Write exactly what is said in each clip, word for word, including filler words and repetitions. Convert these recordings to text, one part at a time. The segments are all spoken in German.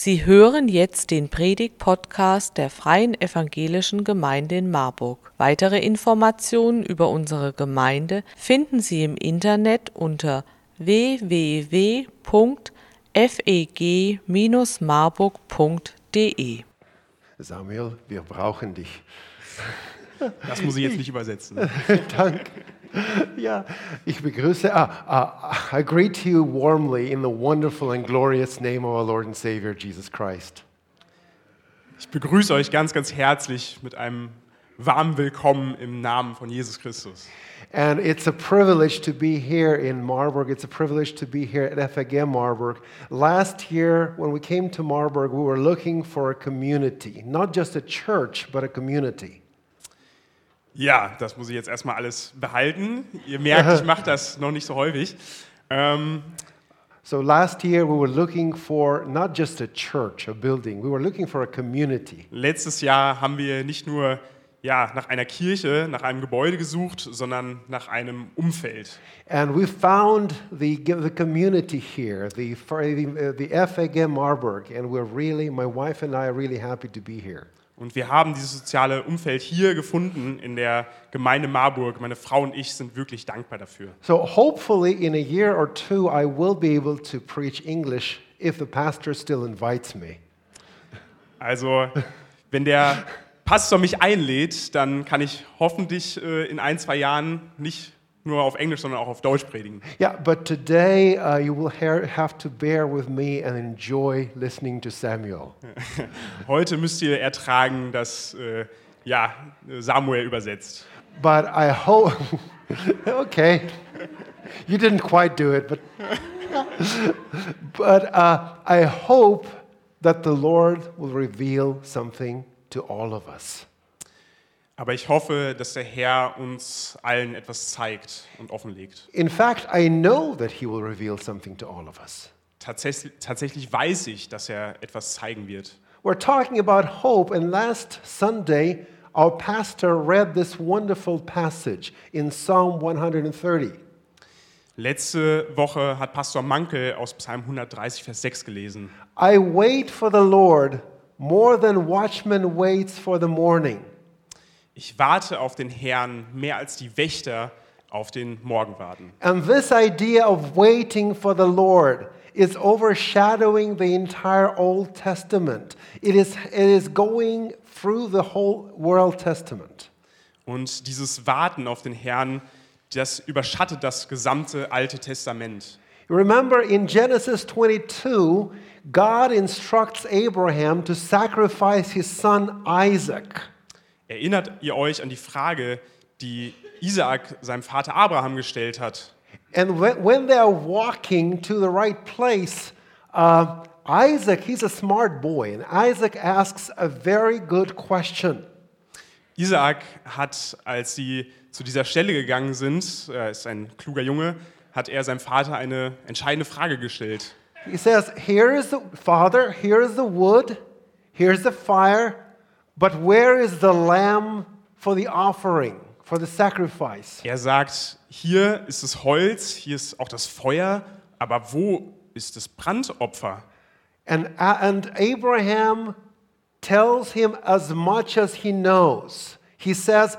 Sie hören jetzt den Predigt-Podcast der Freien Evangelischen Gemeinde in Marburg. Weitere Informationen über unsere Gemeinde finden Sie im Internet unter w w w punkt f e g Bindestrich marburg punkt d e. Samuel, wir brauchen dich. Das muss ich jetzt nicht übersetzen. Danke. Ja, ich begrüße, ah, ah, I greet you warmly in the wonderful and glorious name of our Lord and Savior, Jesus Christ. Ich begrüße euch ganz, ganz herzlich mit einem warmen Willkommen im Namen von Jesus Christus. And it's a privilege to be here in Marburg. It's a privilege to be here at F E G Marburg. Last year, when we came to Marburg, we were looking for a community, not just a church, but a community. Ja, das muss ich jetzt erstmal alles behalten. Ihr merkt, ich mache das noch nicht so häufig. Ähm, So last year we were looking for not just a church, a building. We were looking for a community. letztes Jahr haben wir nicht nur ja, nach einer Kirche, nach einem Gebäude gesucht, sondern nach einem Umfeld. And we found the, the community here, the, the, the F E G Marburg, and we're really, my wife and I are really happy to be here. Und wir haben dieses soziale Umfeld hier gefunden in der Gemeinde Marburg. Meine Frau und ich sind wirklich dankbar dafür. So hopefully in a year or two I will be able to preach English if the pastor still invites me. Also, wenn der Pastor mich einlädt, dann kann ich hoffentlich äh, in ein, zwei Jahren nicht nur auf Englisch, sondern auch auf Deutsch predigen. Yeah, but today uh, you will ha- have to bear with me and enjoy listening to Samuel. Heute müsst ihr ertragen, dass äh, ja, Samuel übersetzt. But I hope, okay, you didn't quite do it, but, but uh, I hope that the Lord will reveal something to all of us. Aber ich hoffe, dass der Herr uns allen etwas zeigt und offenlegt. In fact, I know that he will reveal something to all of us. Tatsächlich, tatsächlich weiß ich, dass er etwas zeigen wird. We're talking about hope, and last Sunday, our pastor read this wonderful passage in Psalm one thirty. Letzte Woche hat Pastor Mankel aus Psalm hundertdreißig, Vers sechs gelesen. I wait for the Lord more than watchman waits for the morning. Ich warte auf den Herrn mehr als die Wächter auf den Morgen warten. And this idea of waiting for the Lord is overshadowing the entire Old Testament. It is, it is going through the whole Old Testament. Und dieses Warten auf den Herrn, das überschattet das gesamte Alte Testament. Remember in Genesis twenty-two, God instructs Abraham to sacrifice his son Isaac. Erinnert ihr euch an die Frage, die Isaak seinem Vater Abraham gestellt hat? And when, when they are walking to the right place, uh, Isaac, he's a smart boy, and Isaac asks a very good question. Isaak hat, als sie zu dieser Stelle gegangen sind, er ist ein kluger Junge, hat er seinem Vater eine entscheidende Frage gestellt. He says, here is the, Father, here is the wood, here's the fire, but where is the lamb for the offering, for the sacrifice? Er sagt, hier ist das Holz, hier ist auch das Feuer, aber wo ist das Brandopfer? And, and Abraham tells him as much as he knows. He says,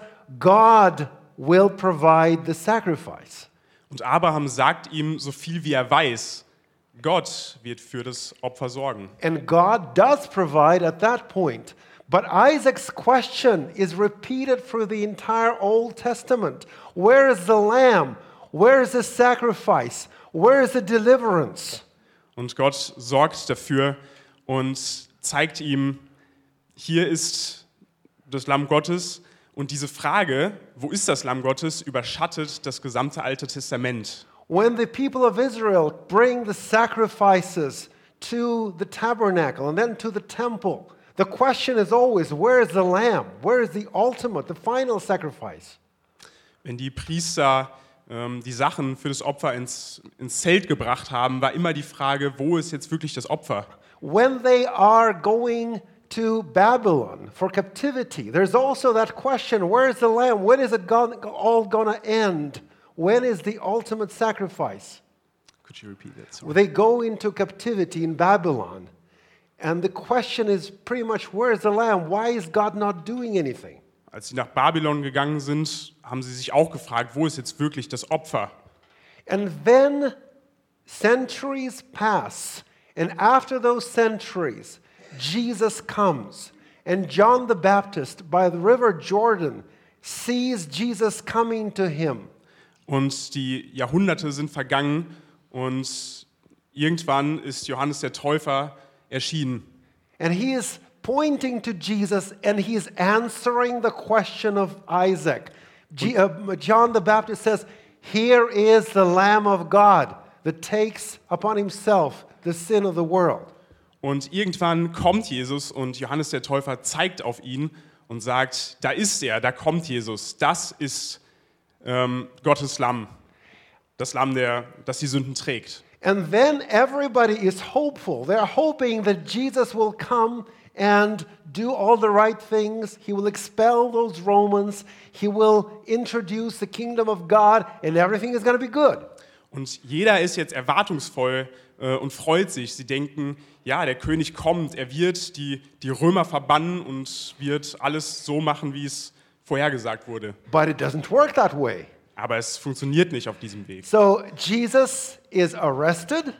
God will provide the sacrifice. Und Abraham sagt ihm so viel wie er weiß, Gott wird für das Opfer sorgen. And God does provide at that point. But Isaac's question is repeated through the entire Old Testament. Where is the lamb? Where is the sacrifice? Where is the deliverance? Und Gott sorgt dafür und zeigt ihm, hier ist das Lamm Gottes. Und diese Frage, wo ist das Lamm Gottes, überschattet das gesamte Alte Testament. When the people of Israel bring the sacrifices to the tabernacle and then to the temple, the question is always, where is the lamb? Where is the ultimate, the final sacrifice? Wenn die Priester ähm, die Sachen für das Opfer ins, ins Zelt gebracht haben, war immer die Frage, wo ist jetzt wirklich das Opfer? When they are going to Babylon for captivity, there's also that question, where is the lamb? When is it go- all going to end? When is the ultimate sacrifice? Could you repeat that? Sorry. They go into captivity in Babylon. And the question is pretty much, where is the lamb? Why is God not doing anything? Als sie nach Babylon gegangen sind, haben sie sich auch gefragt, wo ist jetzt wirklich das Opfer? And then centuries pass, and after those centuries, Jesus comes, and John the Baptist by the river Jordan sees Jesus coming to him. Und die Jahrhunderte sind vergangen und irgendwann ist Johannes der Täufer erschienen. And he is pointing to Jesus, and he is answering the question of Isaac. G- uh, John the Baptist says, "Here is the Lamb of God that takes upon himself the sin of the world." Und irgendwann kommt Jesus und Johannes der Täufer zeigt auf ihn und sagt, da ist er, da kommt Jesus, das ist ähm, Gottes Lamm, das Lamm, der, das die Sünden trägt. And then everybody is hopeful. They're hoping that Jesus will come and do all the right things. He will expel those Romans. He will introduce the kingdom of God, and everything is going to be good. Und jeder ist jetzt erwartungsvoll äh, und freut sich. Sie denken, ja, der König kommt, er wird die, die Römer verbannen und wird alles so machen, wie es vorhergesagt wurde. But it doesn't work that way. Aber es funktioniert nicht auf diesem Weg. So Jesus is arrested.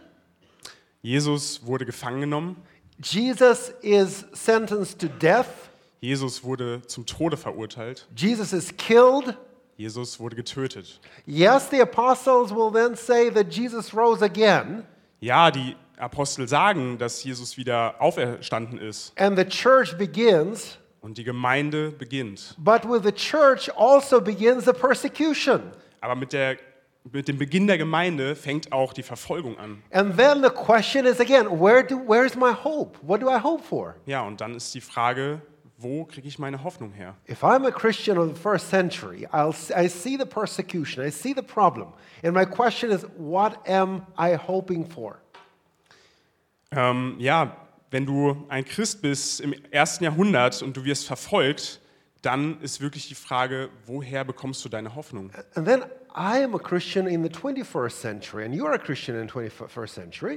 Jesus wurde gefangen genommen. Jesus is sentenced to death. Jesus wurde zum Tode verurteilt. Jesus is killed. Jesus wurde getötet. Yes, the apostles will then say that Jesus rose again, Ja, die Apostel sagen, dass Jesus wieder auferstanden ist and the church begins, und die Gemeinde beginnt. but with the church also begins the persecution. Aber mit, der, mit dem Beginn der Gemeinde fängt auch die Verfolgung an. And then the question is again, where do where is my hope? What do I hope for? Ja, und dann ist die Frage, wo kriege ich meine Hoffnung her? If I'm a Christian of the first century, I'll, I see the persecution, I see the problem, and my question is, what am I hoping for? Ähm, ja, wenn du ein Christ bist im ersten Jahrhundert und du wirst verfolgt, dann ist wirklich die Frage, woher bekommst du deine Hoffnung? And then I am a Christian in the twenty-first century, and you're a Christian in the twenty-first century.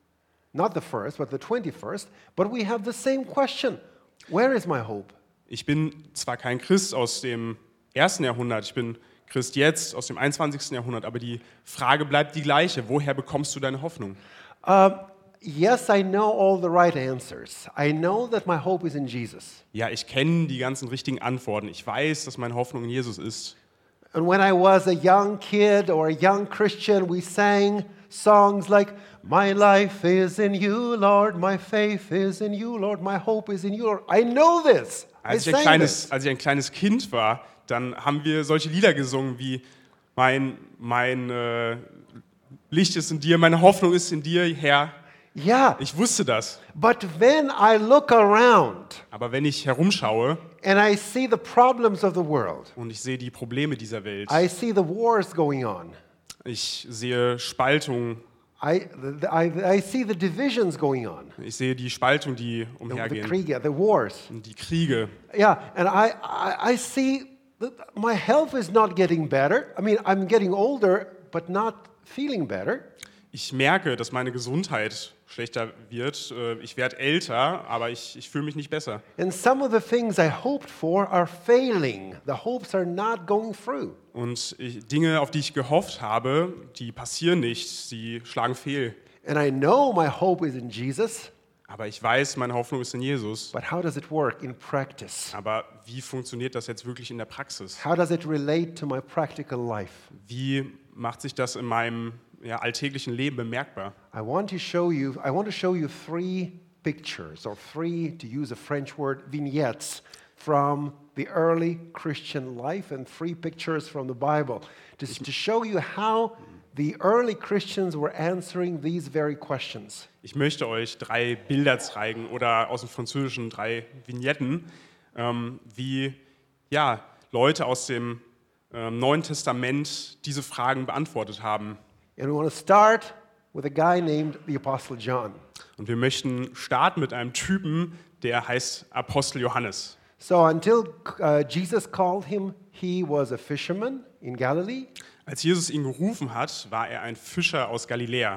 Not the first, but the twenty-first. But we have the same question. Where is my hope? Ich bin zwar kein Christ aus dem ersten Jahrhundert, ich bin Christ jetzt aus dem einundzwanzigsten Jahrhundert, aber die Frage bleibt die gleiche. Woher bekommst du deine Hoffnung? Um, yes, I know all the right answers. I know that my hope is in Jesus. Ja, ich kenne die ganzen richtigen Antworten. Ich weiß, dass meine Hoffnung in Jesus ist. And when I was a young kid or a young Christian, we sang songs like, "My life is in you, Lord, my faith is in you, Lord, my hope is in you, Lord." I know this. Als I ich, ein sang kleines, this. als ich ein kleines Kind war, dann haben wir solche Lieder gesungen wie mein, mein äh, Licht ist in dir, meine Hoffnung ist in dir, Herr. Yeah, Ich wusste das. but when I look around Aber wenn ich herumschaue and I see the problems of the world, und ich sehe die Probleme dieser Welt, I see the wars going on, ich sehe Spaltung, I, the, I, I see the divisions going on, ich sehe die Spaltung, die the, the, umhergehen Kriege, the wars. und die Kriege. Yeah, and I, I, I see that my health is not getting better. I mean, I'm getting older, but not feeling better. Ich merke, dass meine Gesundheit schlechter wird. Äh, Ich werde älter, aber ich, ich fühle mich nicht besser. And some of the things I hoped for are failing. The hopes are not going through. Und ich, Dinge, auf die ich gehofft habe, die passieren nicht. Sie schlagen fehl. And I know my hope is in Jesus, Aber ich weiß, meine Hoffnung ist in Jesus. but how does it work in practice? Aber wie funktioniert das jetzt wirklich in der Praxis? How does it relate to my practical life? Wie macht sich das in meinem ja, alltäglichen Leben bemerkbar? I want to show you I want to show you three pictures, or three, to use a French word, vignettes from the early Christian life, and three pictures from the Bible to, to show you how the early Christians were answering these very questions. Ich möchte euch drei Bilder zeigen oder aus dem Französischen drei Vignetten, ähm, wie ja, Leute aus dem ähm, Neuen Testament diese Fragen beantwortet haben. And we want to start with a guy named the Apostle John. Und wir möchten starten mit einem Typen, der heißt Apostel Johannes. So until uh, Jesus called him, he was a fisherman in Galilee. Als Jesus ihn gerufen hat, war er ein Fischer aus Galiläa.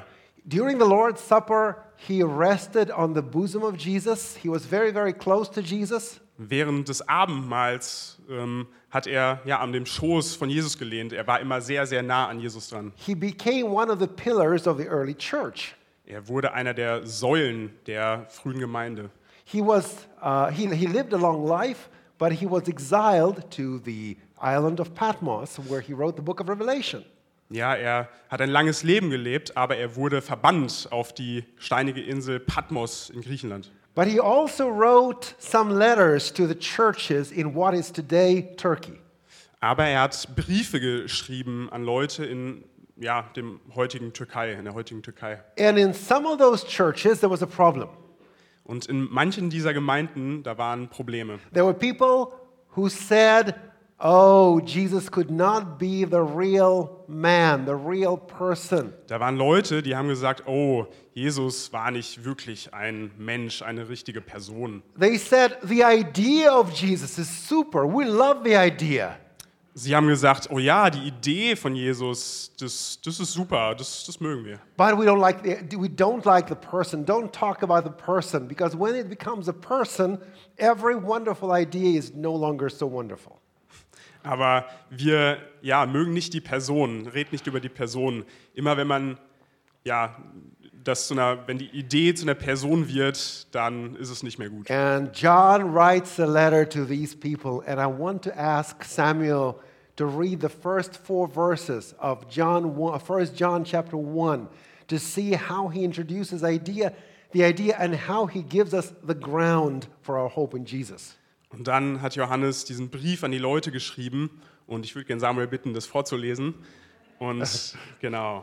During the Lord's Supper, he rested on the bosom of Jesus. He was very, very close to Jesus. Während des Abendmahls ähm, hat er ja an dem Schoß von Jesus gelehnt. Er war immer sehr, sehr nah an Jesus dran. He became one of the pillars of the early church. Er wurde einer der Säulen der frühen Gemeinde. He was uh, he, he lived a long life, but he was exiled to the island of Patmos, where he wrote the book of Revelation. Ja, er hat ein langes Leben gelebt, aber er wurde verbannt auf die steinige Insel Patmos in Griechenland. But he also wrote some letters to the churches in what is today Turkey. Aber er hat Briefe geschrieben an Leute in ja, dem heutigen Türkei, in der heutigen Türkei. And in some of those churches there was a problem. Und in manchen dieser Gemeinden, da waren Probleme. There were people who said, oh, Jesus could not be the real man, the real person. Da waren Leute, die haben gesagt, oh, Jesus war nicht wirklich ein Mensch, eine richtige Person. They said, the idea of Jesus is super. We love the idea. Sie haben gesagt, oh ja, die Idee von Jesus, das, das ist super, das, das mögen wir. But we don't like the, we don't like the person. Don't talk about the person, because when it becomes a person, every wonderful idea is no longer so wonderful. Aber wir ja, mögen nicht die Person, red nicht über die Person. Immer wenn man ja, das zu einer, wenn die Idee zu einer Person wird, dann ist es nicht mehr gut. And John writes a letter to these people, and I want to ask Samuel to read the first four verses of John one, First John chapter one, to see how he introduces idea, the idea, and how he gives us the ground for our hope in Jesus. Und dann hat Johannes diesen Brief an die Leute geschrieben und ich würde gerne Samuel bitten, das vorzulesen. Und genau.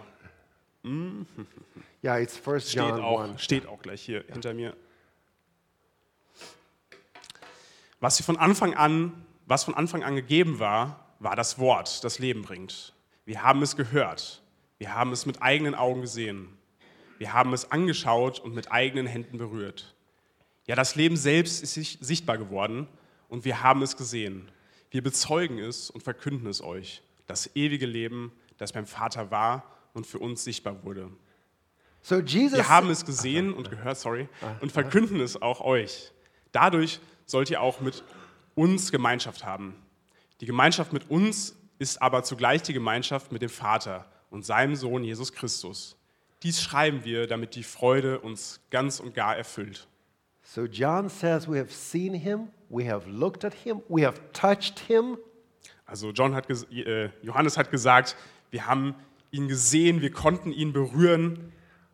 Yeah, it's First Steht John auch, one. steht auch gleich hier hinter mir. Was von Anfang an, was von Anfang an gegeben war, war das Wort, das Leben bringt. Wir haben es gehört. Wir haben es mit eigenen Augen gesehen. Wir haben es angeschaut und mit eigenen Händen berührt. Ja, das Leben selbst ist sichtbar geworden und wir haben es gesehen. Wir bezeugen es und verkünden es euch. Das ewige Leben, das beim Vater war und für uns sichtbar wurde. So Jesus, Wir haben es gesehen und gehört, sorry, und verkünden es auch euch. Dadurch sollt ihr auch mit uns Gemeinschaft haben. Die Gemeinschaft mit uns ist aber zugleich die Gemeinschaft mit dem Vater und seinem Sohn Jesus Christus. Dies schreiben wir, damit die Freude uns ganz und gar erfüllt. So John says we have seen him, we have looked at him, we have touched him. Also John hat, äh, Johannes hat gesagt, wir haben ihn gesehen, wir konnten ihn berühren.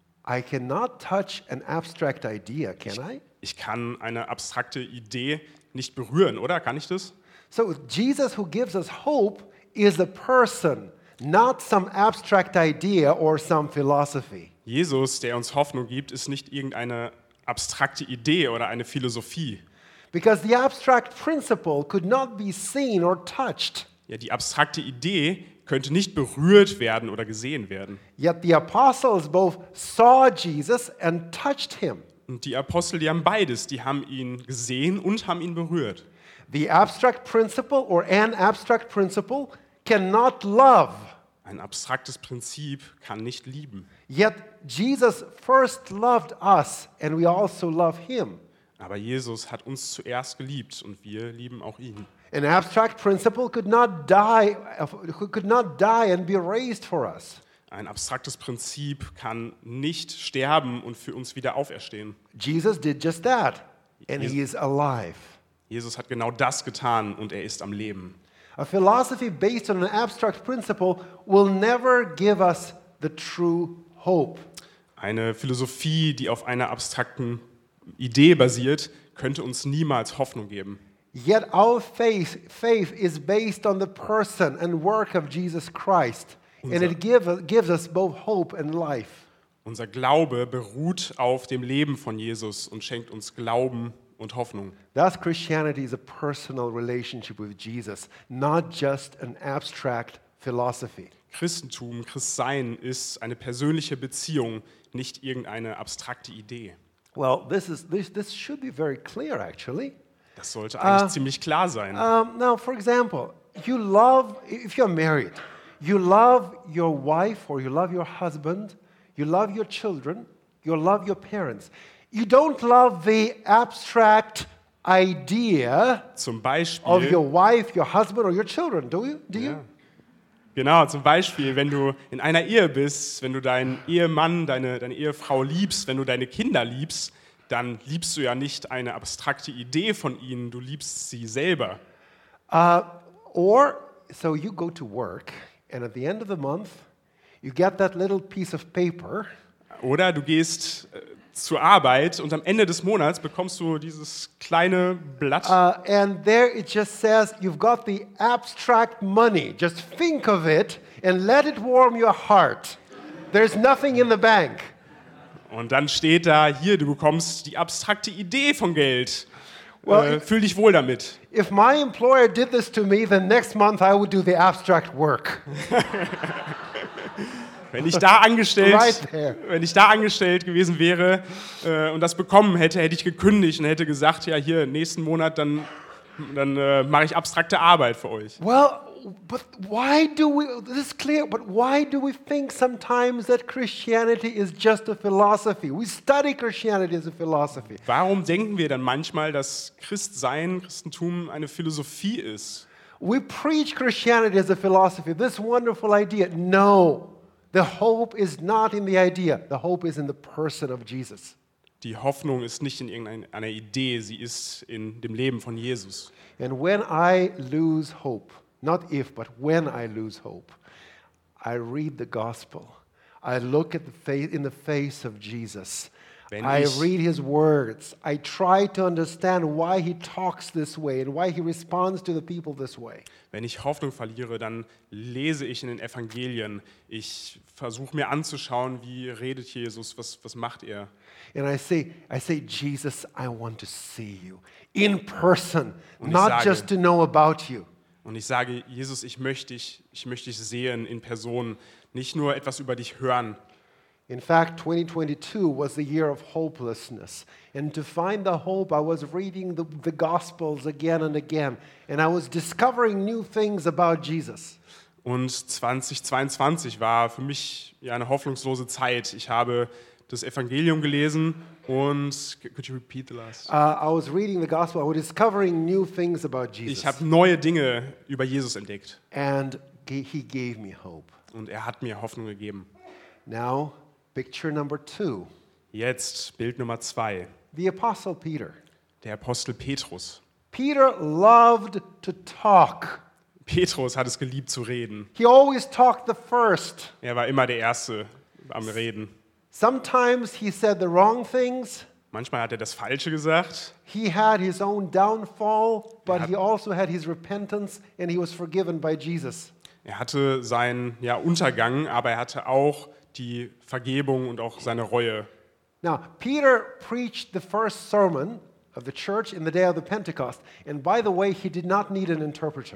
I cannot touch an abstract idea, can I? Ich kann eine abstrakte Idee nicht berühren, oder? Kann ich das? So Jesus who gives us hope is a person, not some abstract idea or some philosophy. Jesus, der uns Hoffnung gibt, ist nicht irgendeine abstrakte Idee oder eine Philosophie. Because the abstract principle could not be seen or touched. Ja, die abstrakte Idee könnte nicht berührt werden oder gesehen werden. Yet the apostles both saw Jesus and touched him. Und die Apostel, die haben beides, die haben ihn gesehen und haben ihn berührt. The abstract principle or an abstract principle cannot love. Ein abstraktes Prinzip kann nicht lieben. Yet Jesus first loved us and we also love him. Aber Jesus hat uns zuerst geliebt und wir lieben auch ihn. An abstract principle could not die could not die and be raised for us. Ein abstraktes Prinzip kann nicht sterben und für uns wieder auferstehen. Jesus did just that and he is alive. Jesus hat genau das getan und er ist am Leben. A philosophy based on an abstract principle will never give us the true hope. Eine Philosophie, die auf einer abstrakten Idee basiert, könnte uns niemals Hoffnung geben. Yet our faith, faith is based on the person and work of Jesus Christ, and it give, gives us both hope and life. Unser Glaube beruht auf dem Leben von Jesus und schenkt uns Glauben und Hoffnung. Thus, Christianity is a personal relationship with Jesus, not just an abstract philosophy. Christentum, Christsein ist eine persönliche Beziehung, nicht irgendeine abstrakte Idee. Well, this is this this should be very clear, actually. Das sollte eigentlich uh, ziemlich klar sein. Um, now, for example, you love if you're married, you love your wife or you love your husband, you love your children, you love your parents. You don't love the abstract idea Zum of Beispiel, your wife, your husband, or your children, do you? Do you? Ja. Genau, zum Beispiel, wenn du in einer Ehe bist, wenn du deinen Ehemann, deine, deine Ehefrau liebst, wenn du deine Kinder liebst, dann liebst du ja nicht eine abstrakte Idee von ihnen, du liebst sie selber. Uh, or, so you go to work, and at the end of the month, you get that little piece of paper. Oder du gehst äh, zur Arbeit und am Ende des Monats bekommst du dieses kleine Blatt. Uh, and there it just says, you've got the abstract money. Just think of it and let it warm your heart. There's nothing in the bank. Und dann steht da, hier, du bekommst die abstrakte Idee von Geld. Well, äh, fühl dich wohl damit. If my employer did this to me, then next month I would do the abstract work. Wenn ich da angestellt, Right there. wenn ich da angestellt gewesen wäre äh, und das bekommen hätte, hätte ich gekündigt und hätte gesagt, ja hier, nächsten Monat, dann, dann äh, mache ich abstrakte Arbeit für euch. Well, but why do we, this is clear, but why do we think sometimes that Christianity is just a philosophy? We study Christianity as a philosophy. Warum denken wir dann manchmal, dass Christsein, Christentum eine Philosophie ist? We preach Christianity as a philosophy, this wonderful idea. No, the hope is not in the idea. The hope is in the person of Jesus. Die Hoffnung ist nicht in irgendeiner Idee, sie ist in dem Leben von Jesus. And when I lose hope, not if, but when I lose hope, I read the gospel. I look at the face, in the face of Jesus. Wenn I ich- read his words. I try to understand why he talks this way and why he responds to the people this way. Wenn ich Hoffnung verliere, dann lese ich in den Evangelien. Ich versuche mir anzuschauen, wie redet Jesus, was, was macht er. And I say, I say, Jesus, I want to see you in person, Und ich not sage- just to know about you. Und ich sage, Jesus, ich möchte dich, ich möchte dich sehen in Person, nicht nur etwas über dich hören. In fact, twenty twenty-two was the year of hopelessness. And to find the hope, I was reading the, the Gospels again and again. And I was discovering new things about Jesus. Und zweitausendzweiundzwanzig war für mich ja eine hoffnungslose Zeit. Ich habe das Evangelium gelesen und could you repeat the last? Uh, I was reading the Gospel. I was discovering new things about Jesus. Ich habe neue Dinge über Jesus entdeckt And g- he gave me hope. und er hat mir Hoffnung gegeben. Now, picture number two, Jetzt Bild Nummer zwei, the Apostle Peter. der Apostel Petrus. Peter loved to talk. Petrus hat es geliebt zu reden. He always talked the first. Er war immer der Erste am Reden. Sometimes he said the wrong things. Manchmal hat er das Falsche gesagt. He had his own downfall, but hat- he also had his repentance and he was forgiven by Jesus. Er hatte seinen ja, Untergang, aber er hatte auch die Vergebung und auch seine Reue. Now, Peter preached the first sermon of the church in the day of the Pentecost. And by the way, he did not need an interpreter.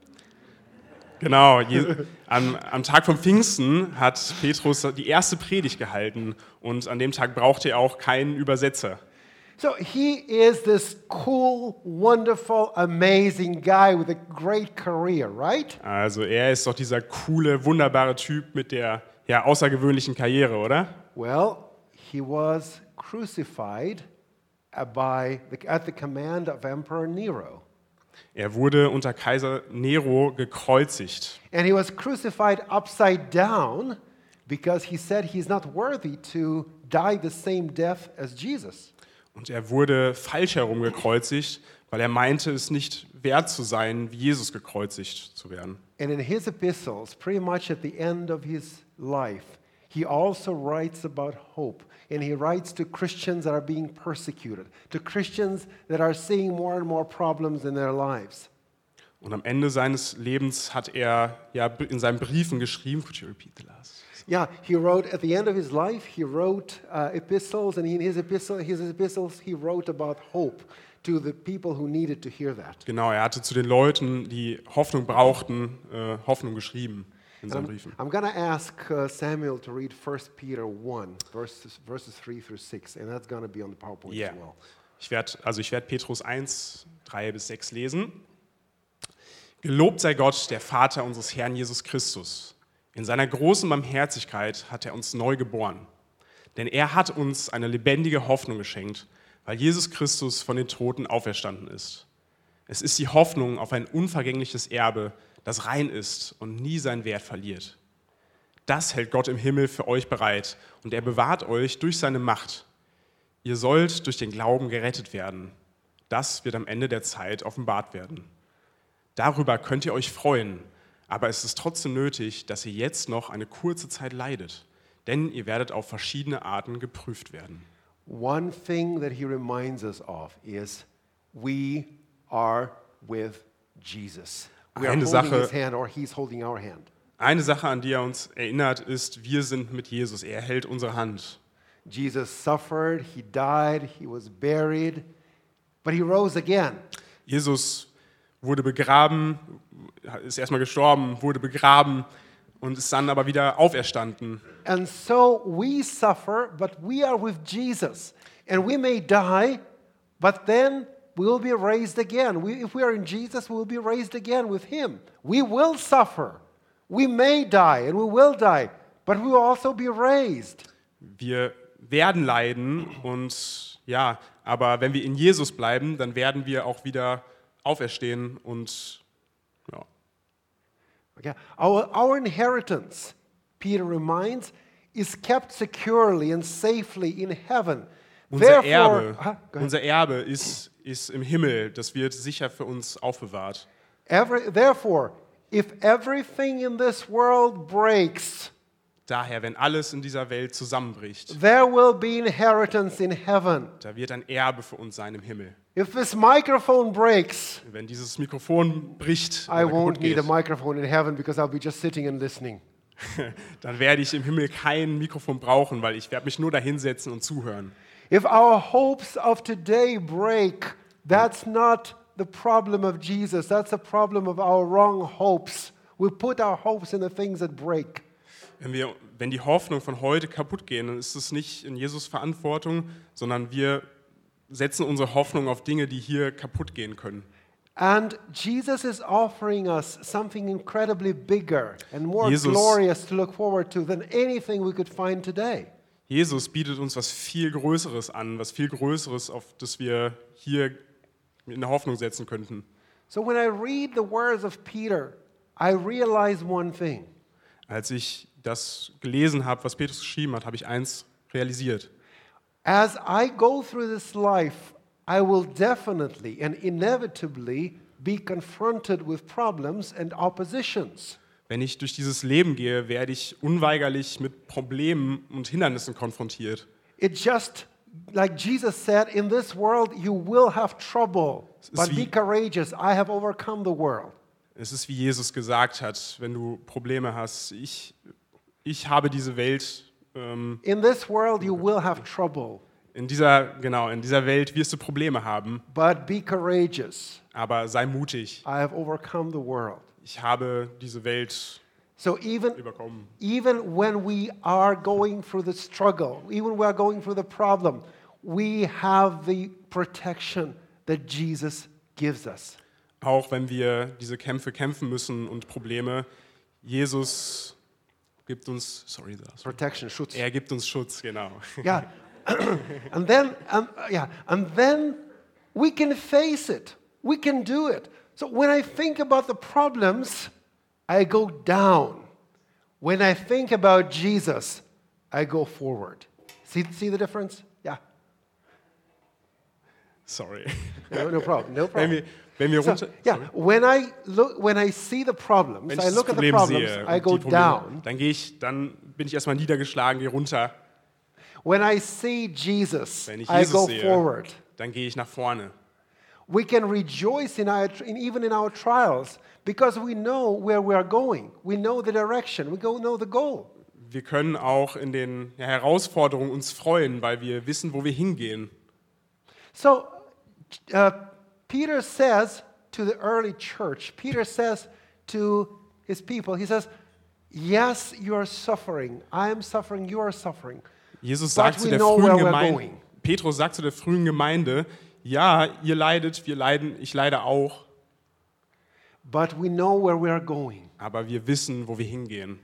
Genau, je, am, am Tag vom Pfingsten hat Petrus die erste Predigt gehalten und an dem Tag brauchte er auch keinen Übersetzer. So he is this cool, wonderful, amazing guy with a great career, right? Also er ist doch dieser coole, wunderbare Typ mit der ja, außergewöhnlichen Karriere, oder? Well, he was crucified uh, by the, at the command of Emperor Nero. Er wurde unter Kaiser Nero gekreuzigt. And he was crucified upside down because he said he's not worthy to die the same death as Jesus. Und er wurde falsch herum gekreuzigt, weil er meinte, es nicht wert zu sein, wie Jesus gekreuzigt zu werden. And in his epistles, pretty much at the end of his life, he also writes about hope. And he writes to Christians that are being persecuted, to Christians that are seeing more and more problems in their lives. Und am Ende seines Lebens hat er ja in seinen Briefen geschrieben, could you repeat the last? Yeah, he wrote at the end of his life, he wrote uh, epistles, and in his, epistle, his epistles, he wrote about hope to the people who needed to hear that. Genau, er hatte zu den Leuten, die Hoffnung brauchten, äh, Hoffnung geschrieben in seinen I'm, Briefen. I'm going to ask uh, Samuel to read First Peter one, verses, verses three through six, and that's going to be on the PowerPoint Yeah. as well. Ich werde, also ich werde Petrus eins, drei bis sechs lesen. Gelobt sei Gott, der Vater unseres Herrn Jesus Christus. In seiner großen Barmherzigkeit hat er uns neu geboren. Denn er hat uns eine lebendige Hoffnung geschenkt, weil Jesus Christus von den Toten auferstanden ist. Es ist die Hoffnung auf ein unvergängliches Erbe, das rein ist und nie seinen Wert verliert. Das hält Gott im Himmel für euch bereit und er bewahrt euch durch seine Macht. Ihr sollt durch den Glauben gerettet werden. Das wird am Ende der Zeit offenbart werden. Darüber könnt ihr euch freuen, aber es ist trotzdem nötig, dass ihr jetzt noch eine kurze Zeit leidet, denn ihr werdet auf verschiedene Arten geprüft werden. One thing that he reminds us of is we are with Jesus. We are Eine holding Sache- his hand or he's holding our hand. Eine Sache, an die er uns erinnert, ist, wir sind mit Jesus. Er hält unsere Hand. Jesus suffered, he died, he was buried, but he rose again. Jesus wurde begraben, ist erstmal gestorben, wurde begraben und ist dann aber wieder auferstanden. And so we suffer, but we are with Jesus. And we may die, but then we will be raised again. We, if we are in Jesus, we will be raised again with him. We will suffer. We may die, and we will die, but we will also be raised. Wir werden leiden und ja, aber wenn wir in Jesus bleiben, dann werden wir auch wieder auferstehen und ja. Okay. Our, our inheritance, Peter reminds, is kept securely and safely in heaven. Unser Therefore- Erbe, Ah, go ahead. unser Erbe ist, ist im Himmel, das wird sicher für uns aufbewahrt. Every, therefore, if everything in this world breaks, Daher, wenn alles in dieser Welt zusammenbricht, there will be inheritance in heaven. da wird ein Erbe für uns sein im Himmel. If this microphone breaks, Wenn dieses Mikrofon bricht I oder won't kaputt need a geht, microphone in heaven because I'll be just sitting and listening. dann werde ich im Himmel kein Mikrofon brauchen, weil ich werde mich nur da hinsetzen und zuhören. If our hopes of today break, that's not the problem of Jesus. That's the problem of our wrong hopes. We put our hopes in the things that break. Wenn, wir, wenn die Hoffnung von heute kaputt gehen, dann ist es nicht in Jesus Verantwortung, sondern wir setzen unsere Hoffnung auf Dinge, die hier kaputt gehen können. And Jesus is offering us something incredibly bigger and more Jesus- glorious to look forward to than anything we could find today. Jesus bietet uns was viel Größeres an, was viel Größeres, auf das wir hier in der Hoffnung setzen könnten. So when I read the words of Peter, I realize one thing. Als ich das gelesen habe, was Petrus geschrieben hat, habe ich eins realisiert. As I go through this life, I will definitely and inevitably be confronted with problems and oppositions. Wenn ich durch dieses Leben gehe, werde ich unweigerlich mit Problemen und Hindernissen konfrontiert. It just, like Jesus said, in this world you will have trouble, ist but be wie- courageous. I have overcome the world. Es ist, wie Jesus gesagt hat, wenn du Probleme hast. Ich, ich habe diese Welt, ähm, In this world you will have trouble, in dieser, genau, in dieser Welt wirst du Probleme haben, but be courageous. aber sei mutig. I have overcome the world. Ich habe diese Welt So even, überkommen. even when we are going through the struggle, even when we are going through the problem, we have the protection that Jesus gives us. Auch wenn wir diese Kämpfe kämpfen müssen und Probleme, Jesus gibt uns, sorry, das- Protection, Schutz. er gibt uns Schutz, genau. Yeah. and then, um, yeah, and then we can face it. We can do it. So when I think about the problems, I go down. When I think about Jesus, I go forward. See, see the difference? Yeah. Sorry. No, no problem. No Wenn problem. wir, wenn wir So, runter, yeah, when I look, when I see the problems, wenn I ich das look at the Problem problems, sehe, I und go die Probleme, down. dann gehe ich, dann bin ich erstmal niedergeschlagen, gehe runter. When I see Jesus, Wenn ich I Jesus go sehe, forward. dann gehe ich nach vorne. We can rejoice in our, in, even in our trials because we know where we are going. We know the direction. We go know the goal. Wir können auch in den ja, Herausforderungen uns freuen, weil wir wissen, wo wir hingehen. So uh, Peter says to the early church, Peter says to his people, he says, yes, you are suffering. I am suffering. You are suffering. Jesus But sagt zu we der know frühen where we're Gemeinde, going. Petrus sagt zu der frühen Gemeinde, ja, ihr leidet, wir leiden, ich leide auch, But we know where we are going. aber wir wissen, wo wir hingehen.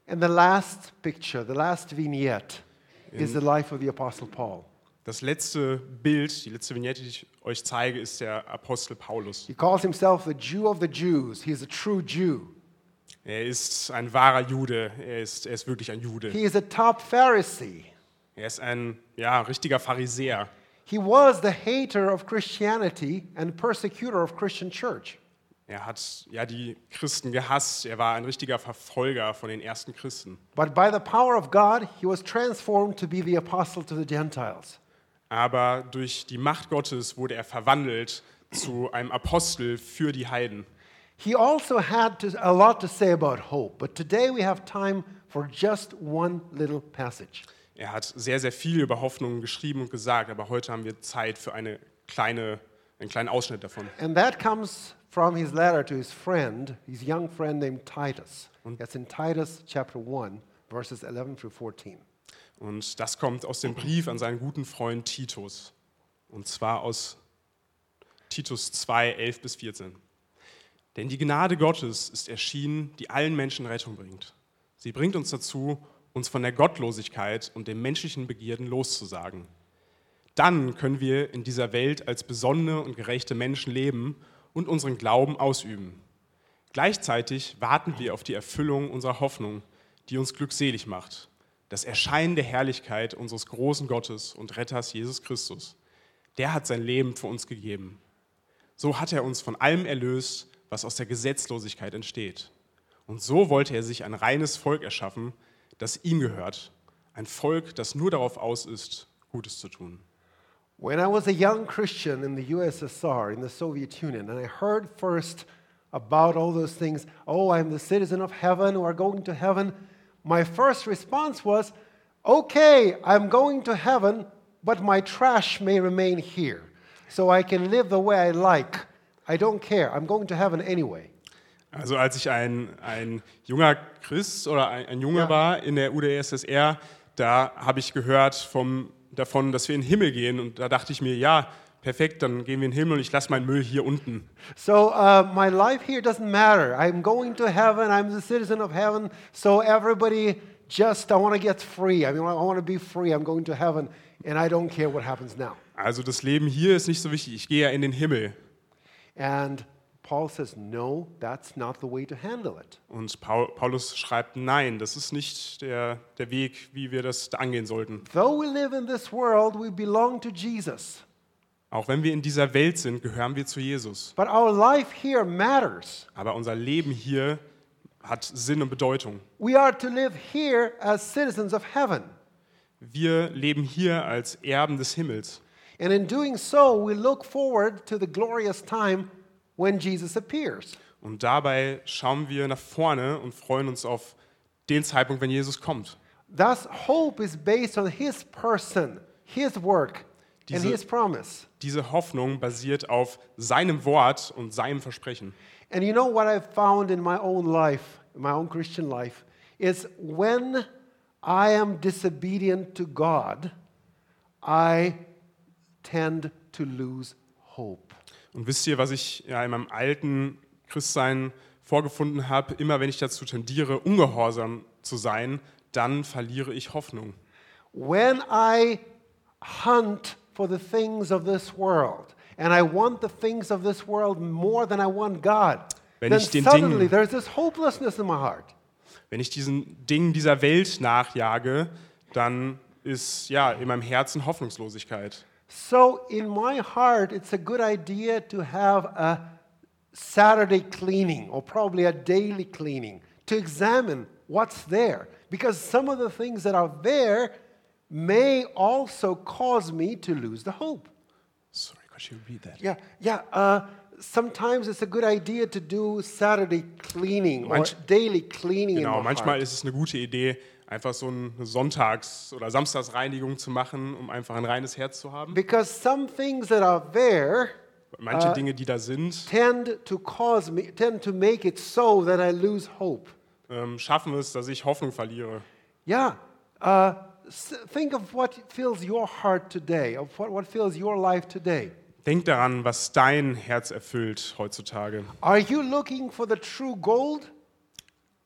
And the last picture, the last vignette, is the life of the Apostle Paul. Das letzte Bild, die letzte Vignette, die ich euch zeige, ist der Apostel Paulus. He calls himself the Jew of the Jews. He's a true Jew. Er ist ein wahrer Jude, er ist, er ist wirklich ein Jude. He is a top Pharisee. Er ist ein ja, richtiger Pharisäer. He was the hater of Christianity and persecutor of Christian church. Er hat ja die Christen gehasst, er war ein richtiger Verfolger von den ersten Christen. But by the power of God, he was transformed to be the apostle to the Gentiles. Aber durch die Macht Gottes wurde er verwandelt zu einem Apostel für die Heiden. He also had to, a lot to say about hope, but today we have time for just one little passage. Er hat sehr, sehr viel über Hoffnung geschrieben und gesagt, aber heute haben wir Zeit für eine kleine, einen kleinen Ausschnitt davon. And that comes from his letter to his friend, his young friend named Titus. That's in Titus chapter one, verses eleven through fourteen. Und das kommt aus dem Brief an seinen guten Freund Titus. Und zwar aus Titus zwei, elf bis vierzehn. Denn die Gnade Gottes ist erschienen, die allen Menschen Rettung bringt. Sie bringt uns dazu, uns von der Gottlosigkeit und den menschlichen Begierden loszusagen. Dann können wir in dieser Welt als besonnene und gerechte Menschen leben und unseren Glauben ausüben. Gleichzeitig warten wir auf die Erfüllung unserer Hoffnung, die uns glückselig macht. Das Erscheinen der Herrlichkeit unseres großen Gottes und Retters Jesus Christus. Der hat sein Leben für uns gegeben. So hat er uns von allem erlöst, was aus der Gesetzlosigkeit entsteht. Und so wollte er sich ein reines Volk erschaffen, das ihm gehört. Ein Volk, das nur darauf aus ist, Gutes zu tun. When I was a young Christian in the U S S R, in the Soviet Union, and I heard first about all those things, oh, I'm the citizen of heaven, or going to heaven, my first response was, okay, I'm going to heaven, but my trash may remain here, so I can live the way I like. I don't care. I'm going to heaven anyway. Also als ich ein, ein junger Christ oder ein, ein Junge Ja. war in der U d S S R, da habe ich gehört vom, davon, dass wir in den Himmel gehen. Und da dachte ich mir, ja, perfekt, dann gehen wir in den Himmel und ich lasse meinen Müll hier unten. So uh, my life here doesn't matter. I'm going to heaven. I'm the citizen of heaven. So everybody just, I want to get free. I mean, I want to be free. I'm going to heaven, and I don't care what happens now. Also das Leben hier ist nicht so wichtig, ich gehe ja in den Himmel. And Paul says, no, that's not the way to handle it. Und Paul, Paulus schreibt, nein, das ist nicht der, der Weg, wie wir das angehen sollten. Though we live in this world, we belong to Jesus. Auch wenn wir in dieser Welt sind, gehören wir zu Jesus. But our life here matters. Aber unser Leben hier hat Sinn und Bedeutung. We are to live here as citizens of heaven. Wir leben hier als Erben des Himmels. And in doing so, we look forward to the glorious time when Jesus appears. Und dabei schauen wir nach vorne und freuen uns auf den Zeitpunkt, wenn Jesus kommt. Thus, hope is based on his person, his work, and Diese- his promise. Diese Hoffnung basiert auf seinem Wort und seinem Versprechen. And you know what I've found in my own life, in my own Christian life, is when I am disobedient to God, I tend to lose hope. Und wisst ihr, was ich ja in meinem alten Christsein vorgefunden habe? Immer wenn ich dazu tendiere, ungehorsam zu sein, dann verliere ich Hoffnung. When I hunt for the things of this world, and I want the things of this world more than I want God, Wenn then ich den suddenly Dingen- there's this hopelessness in my heart. Wenn ich diesen Dingen dieser Welt nachjage, dann ist ja in meinem Herzen Hoffnungslosigkeit. So in my heart, it's a good idea to have a Saturday cleaning or probably a daily cleaning to examine what's there. Because some of the things that are there may also cause me to lose the hope. Sorry, could you read that? Yeah, yeah. Uh, sometimes it's a good idea to do Saturday cleaning Manch- or daily cleaning Genau, in my manchmal heart. ist es eine gute Idee, einfach so eine Sonntags- oder Samstagsreinigung zu machen, um einfach ein reines Herz zu haben. Because some things that are there Manche Äh, Dinge, die da sind, tend to cause me, tend to make it so that I lose hope. ähm, schaffen es, dass ich Hoffnung verliere. Yeah. Uh, s- think of what fills your heart today, of what, what fills your life today. Denk daran, was dein Herz erfüllt heutzutage. Are you looking for the true gold?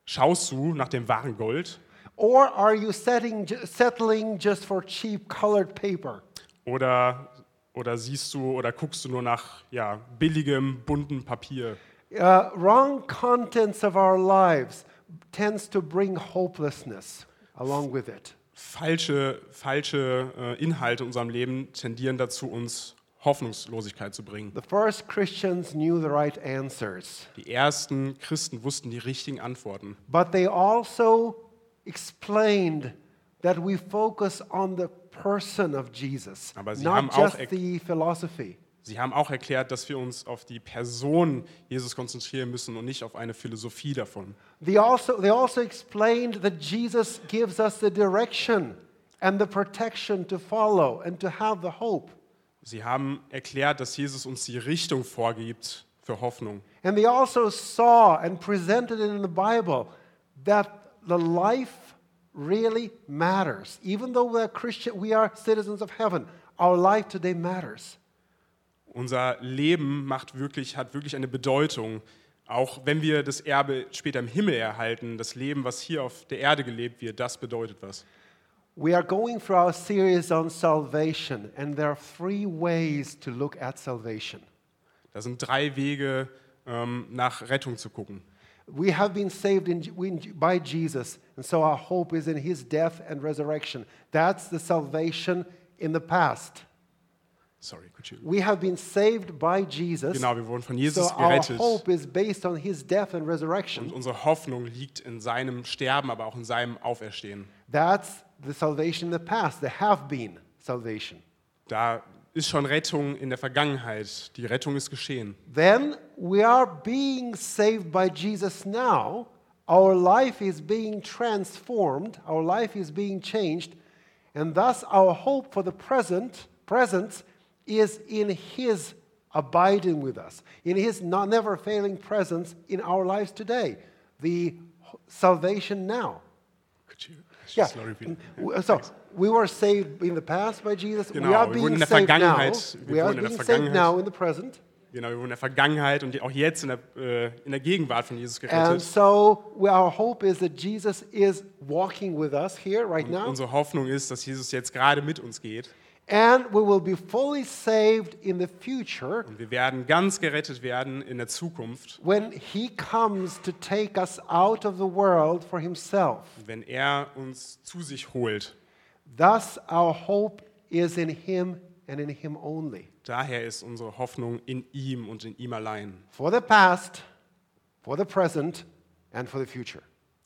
Schaust du nach dem wahren Gold Or are you setting, settling just for cheap colored paper? oder, oder siehst du oder guckst du nur nach ja, billigem, bunten Papier? Uh, wrong contents of our lives tends to bring hopelessness along with it. Falsche, falsche äh, Inhalte in unserem Leben tendieren dazu, uns Hoffnungslosigkeit zu bringen. The first Christians knew the right answers, Die ersten Christen wussten die richtigen Antworten. but they also explained that we focus on the person of Jesus, Aber sie not haben auch just ex- the philosophy. Sie haben auch erklärt, dass wir uns auf die Person Jesus konzentrieren müssen und nicht auf eine Philosophie davon. They also, they also explained that Jesus gives us the direction and the protection to follow and to have the hope. Sie haben erklärt, dass Jesus uns die Richtung vorgibt für Hoffnung. And they also saw and presented it in the Bible that the life really matters. Even though we're Christian, we are citizens of heaven, our life today matters. Unser Leben macht wirklich, hat wirklich eine Bedeutung. Auch wenn wir das Erbe später im Himmel erhalten, das Leben, was hier auf der Erde gelebt wird, das bedeutet was. We are going through our series on salvation, and there are three ways to look at salvation. Das sind drei Wege, ähm, nach Rettung zu gucken. We have been saved in, in, by Jesus, and so our hope is in his death and resurrection. That's the salvation in the past. Sorry, could you? We have been saved by Jesus, Genau, wir wurden von so Jesus our gerettet. hope is based on his death and Und resurrection. unsere Hoffnung liegt in seinem Sterben, aber auch in seinem Auferstehen. That's the salvation in the past, the have-been salvation. Da ist schon Rettung in der Vergangenheit. Die Rettung ist geschehen. Then we are being saved by Jesus now. Our life is being transformed. Our life is being changed. And thus our hope for the present, presence is in his abiding with us, in his not, never failing presence in our lives today. The salvation now. Could you Yeah. just repeat? So we were saved in the past by Jesus. Genau, we are wir being wurden in der saved now. Vergangenheit- wir We are wurden in der being saved Vergangenheit- now in the present. Genau, wir wurden in der Vergangenheit und auch jetzt in der, äh, in der Gegenwart von Jesus And gerettet. so we- our hope is that Jesus is walking with us here right Und now. unsere Hoffnung ist, dass Jesus jetzt gerade mit uns geht. And we will be fully saved in the future Und wir werden ganz gerettet werden in der Zukunft, when he comes to take us out of the world for himself. wenn er uns zu sich holt. Thus our hope is in him and in him only. Daher ist unsere Hoffnung in ihm und in ihm allein. For the past, for the present, and for the future.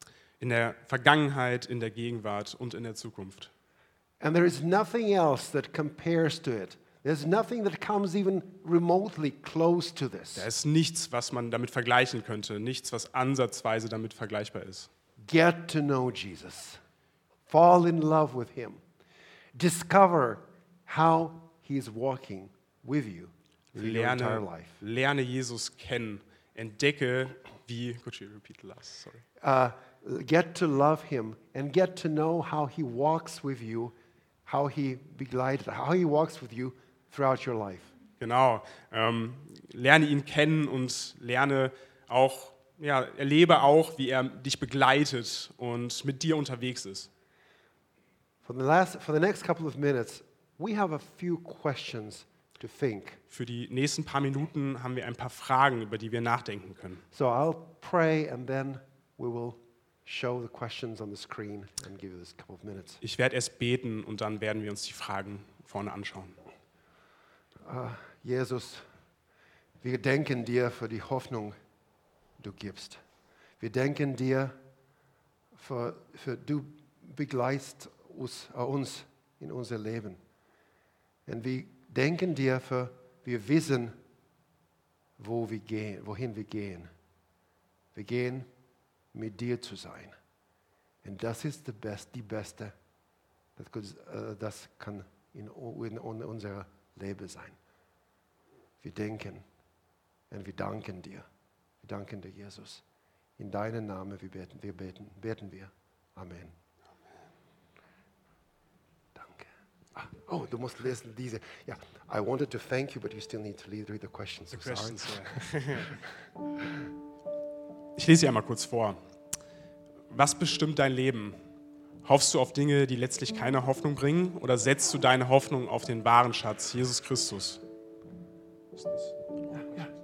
In der Vergangenheit, in der Gegenwart und in der Zukunft. And there is nothing else that compares to it. There's nothing that comes even remotely close to this. Da ist nichts, was man damit vergleichen könnte, nichts, was ansatzweise damit vergleichbar ist. Get to know Jesus. Fall in love with him. Discover how he is walking with you through your entire Lerne, life. lerne Jesus kennen. Entdecke, wie. Could you repeat the last? Sorry. Uh, get to love him and get to know how he walks with you, how he begleitet, how he walks with you throughout your life. Genau. Ähm, lerne ihn kennen und lerne auch, ja, erlebe auch, wie er dich begleitet und mit dir unterwegs ist. For the, last, for the next couple of minutes, we have a few questions to think. Für die nächsten paar Minuten haben wir ein paar Fragen, über die wir nachdenken können. So I'll pray and then we will show the questions on the screen and give you this couple of minutes. Ich werde erst beten und dann werden wir uns die Fragen vorne anschauen. Uh, Jesus, wir danken dir für die Hoffnung, du gibst. Wir danken dir für, für du begleitest uns, äh, uns in unser Leben. Und wir danken dir für, wir wissen, wo wir gehen, wohin wir gehen. Wir gehen, mit dir zu sein. Und das ist die, best, die beste, das, could, uh, das kann in, in, in unser Leben sein. Wir denken und wir danken dir. Wir danken dir, Jesus. In deinem Namen wir beten, wir beten, beten wir. Amen. Danke. Ah, oh, du musst lesen diese. Ja, I wanted to thank you, but you still need to read the questions. So Questions, sorry. ja. Ich lese sie einmal kurz vor. Was bestimmt dein Leben? Hoffst du auf Dinge, die letztlich keine Hoffnung bringen, oder setzt du deine Hoffnung auf den wahren Schatz, Jesus Christus? Yeah, yeah.